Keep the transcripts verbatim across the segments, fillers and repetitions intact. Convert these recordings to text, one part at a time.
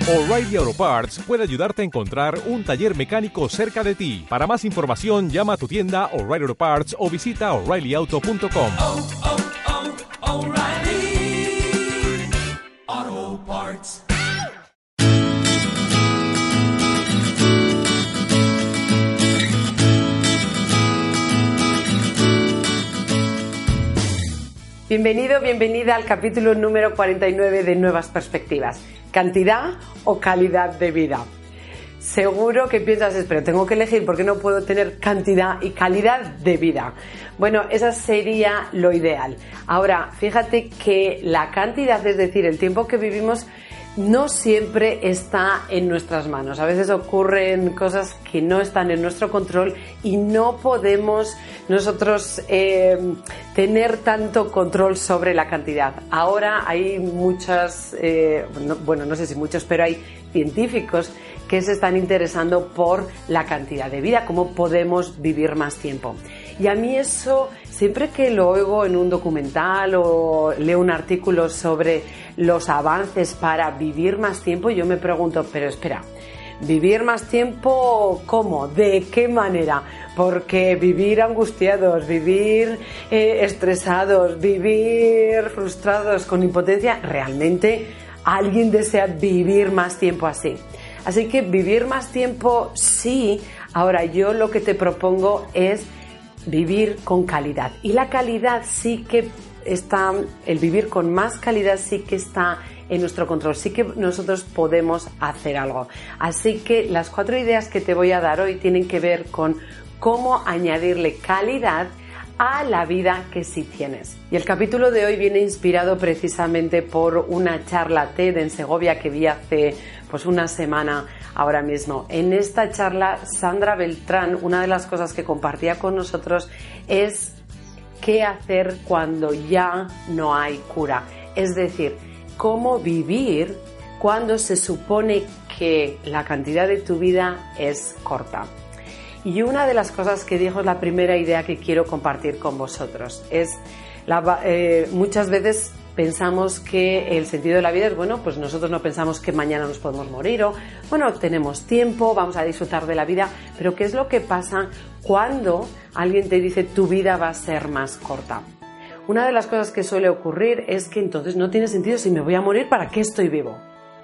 O'Reilly Auto Parts puede ayudarte a encontrar un taller mecánico cerca de ti. Para más información, llama a tu tienda O'Reilly Auto Parts o visita O'Reilly Auto punto com. Oh, oh, oh, O'Reilly Auto Parts. Bienvenido, bienvenida al capítulo número cuarenta y nueve de Nuevas Perspectivas. ¿Cantidad o calidad de vida? Seguro que piensas, pero tengo que elegir porque no puedo tener cantidad y calidad de vida. Bueno, esa sería lo ideal. Ahora, fíjate que la cantidad, es decir, el tiempo que vivimos, no siempre está en nuestras manos. A veces ocurren cosas que no están en nuestro control y no podemos nosotros eh, tener tanto control sobre la cantidad. Ahora hay muchas, eh, no, bueno, no sé si muchos, pero hay científicos que se están interesando por la cantidad de vida, cómo podemos vivir más tiempo. Y a mí eso, siempre que lo oigo en un documental o leo un artículo sobre los avances para vivir más tiempo, yo me pregunto, pero espera, ¿vivir más tiempo cómo? ¿De qué manera? Porque vivir angustiados, vivir eh, estresados, vivir frustrados, con impotencia, ¿realmente alguien desea vivir más tiempo así? Así que vivir más tiempo sí. Ahora yo lo que te propongo es vivir con calidad. Y la calidad sí que está, el vivir con más calidad sí que está en nuestro control, sí que nosotros podemos hacer algo. Así que las cuatro ideas que te voy a dar hoy tienen que ver con cómo añadirle calidad a la vida que sí tienes. Y el capítulo de hoy viene inspirado precisamente por una charla TED en Segovia que vi hace pues una semana ahora mismo. En esta charla, Sandra Beltrán, una de las cosas que compartía con nosotros es qué hacer cuando ya no hay cura. Es decir, cómo vivir cuando se supone que la cantidad de tu vida es corta. Y una de las cosas que dijo es la primera idea que quiero compartir con vosotros. Es la, eh, muchas veces pensamos que el sentido de la vida es, bueno, pues nosotros no pensamos que mañana nos podemos morir o, bueno, tenemos tiempo, vamos a disfrutar de la vida, pero ¿qué es lo que pasa cuando alguien te dice tu vida va a ser más corta? Una de las cosas que suele ocurrir es que entonces no tiene sentido, si me voy a morir, ¿para qué estoy vivo?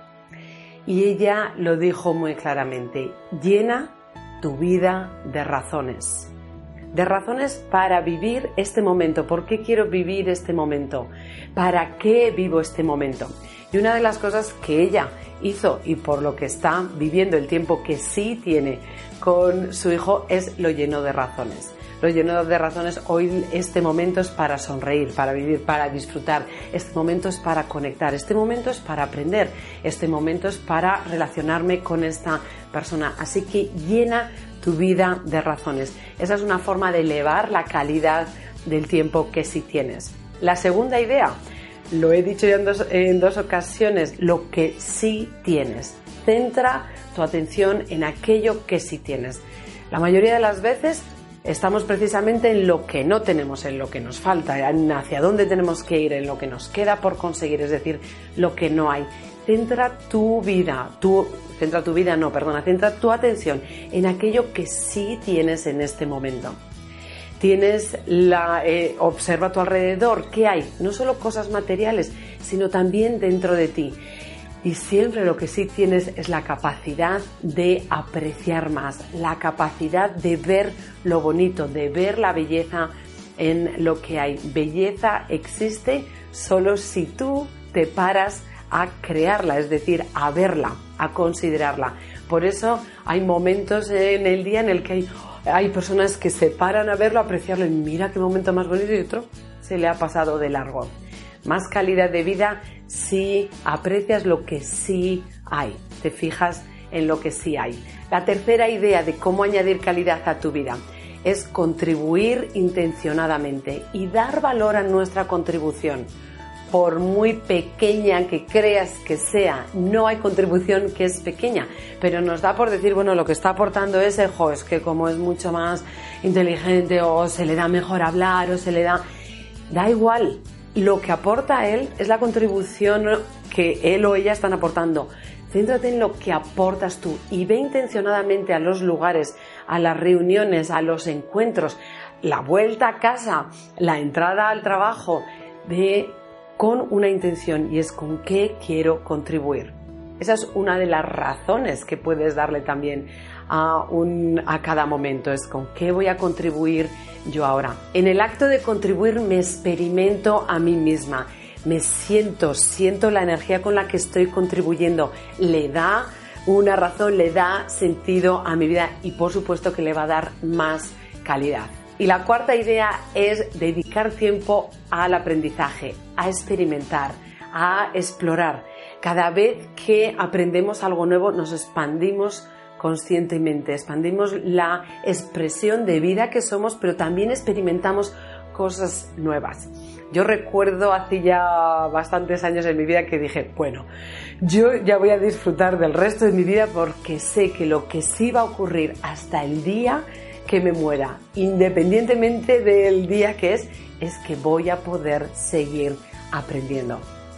Y ella lo dijo muy claramente, llena tu vida de razones. De razones para vivir este momento. ¿Por qué quiero vivir este momento? ¿Para qué vivo este momento? Y una de las cosas que ella hizo y por lo que está viviendo el tiempo que sí tiene con su hijo es lo lleno de razones. Lo lleno de razones, hoy este momento es para sonreír, para vivir, para disfrutar. Este momento es para conectar, este momento es para aprender, este momento es para relacionarme con esta persona. Así que llena tu vida de razones. Esa es una forma de elevar la calidad del tiempo que sí tienes. La segunda idea, lo he dicho ya en dos, en dos ocasiones, lo que sí tienes. Centra tu atención en aquello que sí tienes. La mayoría de las veces estamos precisamente en lo que no tenemos, en lo que nos falta, en hacia dónde tenemos que ir, en lo que nos queda por conseguir, es decir, lo que no hay. Centra tu vida, tu, centra tu vida, no, perdona, centra tu atención en aquello que sí tienes en este momento. Tienes la, eh, observa a tu alrededor, ¿qué hay? No solo cosas materiales, sino también dentro de ti. Y siempre lo que sí tienes es la capacidad de apreciar más, la capacidad de ver lo bonito, de ver la belleza en lo que hay. Belleza existe solo si tú te paras a crearla, es decir, a verla, a considerarla. Por eso hay momentos en el día en el que hay, hay personas que se paran a verlo, a apreciarlo y mira qué momento más bonito, y otro se le ha pasado de largo. Más calidad de vida si aprecias lo que sí hay, te fijas en lo que sí hay. La tercera idea de cómo añadir calidad a tu vida es contribuir intencionadamente y dar valor a nuestra contribución. Por muy pequeña que creas que sea, no hay contribución que es pequeña, pero nos da por decir, bueno, lo que está aportando ese, jo, es que como es mucho más inteligente o se le da mejor hablar o se le da... Da igual, lo que aporta él es la contribución que él o ella están aportando. céntrate en lo que aportas tú y ve intencionadamente a los lugares, a las reuniones, a los encuentros, la vuelta a casa, la entrada al trabajo, ve con una intención y es con qué quiero contribuir. Esa es una de las razones que puedes darle también a, un, a cada momento, es con qué voy a contribuir yo ahora. En el acto de contribuir me experimento a mí misma, me siento, siento la energía con la que estoy contribuyendo, le da una razón, le da sentido a mi vida y por supuesto que le va a dar más calidad. Y la cuarta idea es dedicar tiempo al aprendizaje, a experimentar, a explorar. Cada vez que aprendemos algo nuevo nos expandimos conscientemente, expandimos la expresión de vida que somos, pero también experimentamos cosas nuevas. Yo recuerdo hace ya bastantes años en mi vida que dije, bueno, yo ya voy a disfrutar del resto de mi vida porque sé que lo que sí va a ocurrir hasta el día que me muera, independientemente del día que es, es que voy a poder seguir aprendiendo.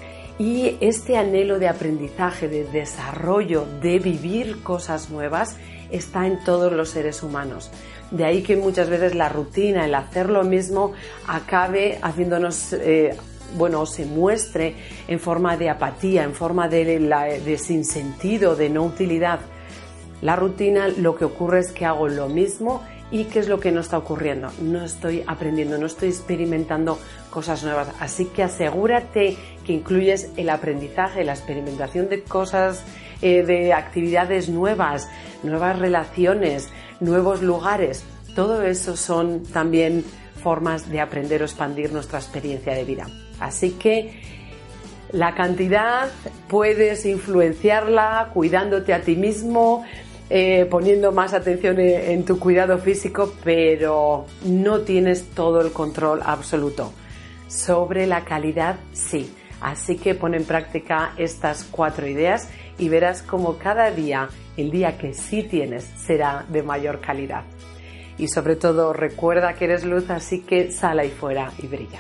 Y este anhelo de aprendizaje, de desarrollo, de vivir cosas nuevas, está en todos los seres humanos. De ahí que muchas veces la rutina, el hacer lo mismo, acabe haciéndonos, eh, bueno, se muestre en forma de apatía, en forma de, la, de sinsentido, de no utilidad. La rutina, lo que ocurre es que hago lo mismo. ¿Y qué es lo que no está ocurriendo? No estoy aprendiendo, no estoy experimentando cosas nuevas. Así que asegúrate que incluyes el aprendizaje, la experimentación de cosas, eh, de actividades nuevas, nuevas relaciones, nuevos lugares. Todo eso son también formas de aprender o expandir nuestra experiencia de vida. Así que la cantidad puedes influenciarla cuidándote a ti mismo, Eh, poniendo más atención en, en tu cuidado físico, pero no tienes todo el control absoluto. Sobre la calidad, sí. Así que pon en práctica estas cuatro ideas y verás como cada día, el día que sí tienes, será de mayor calidad. Y sobre todo, recuerda que eres luz, así que sal ahí fuera y brilla.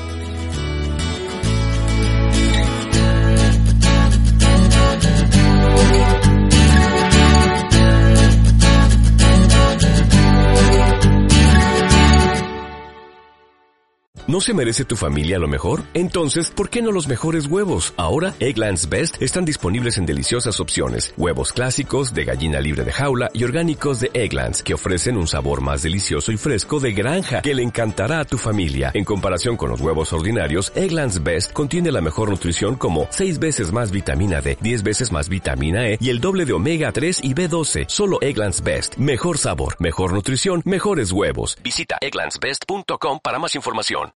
¿No se merece tu familia lo mejor? Entonces, ¿por qué no los mejores huevos? Ahora, Eggland's Best están disponibles en deliciosas opciones. Huevos clásicos, de gallina libre de jaula y orgánicos de Eggland's, que ofrecen un sabor más delicioso y fresco de granja, que le encantará a tu familia. En comparación con los huevos ordinarios, Eggland's Best contiene la mejor nutrición como seis veces más vitamina D, diez veces más vitamina E y el doble de omega tres y B doce. Solo Eggland's Best. Mejor sabor, mejor nutrición, mejores huevos. Visita egglands best punto com para más información.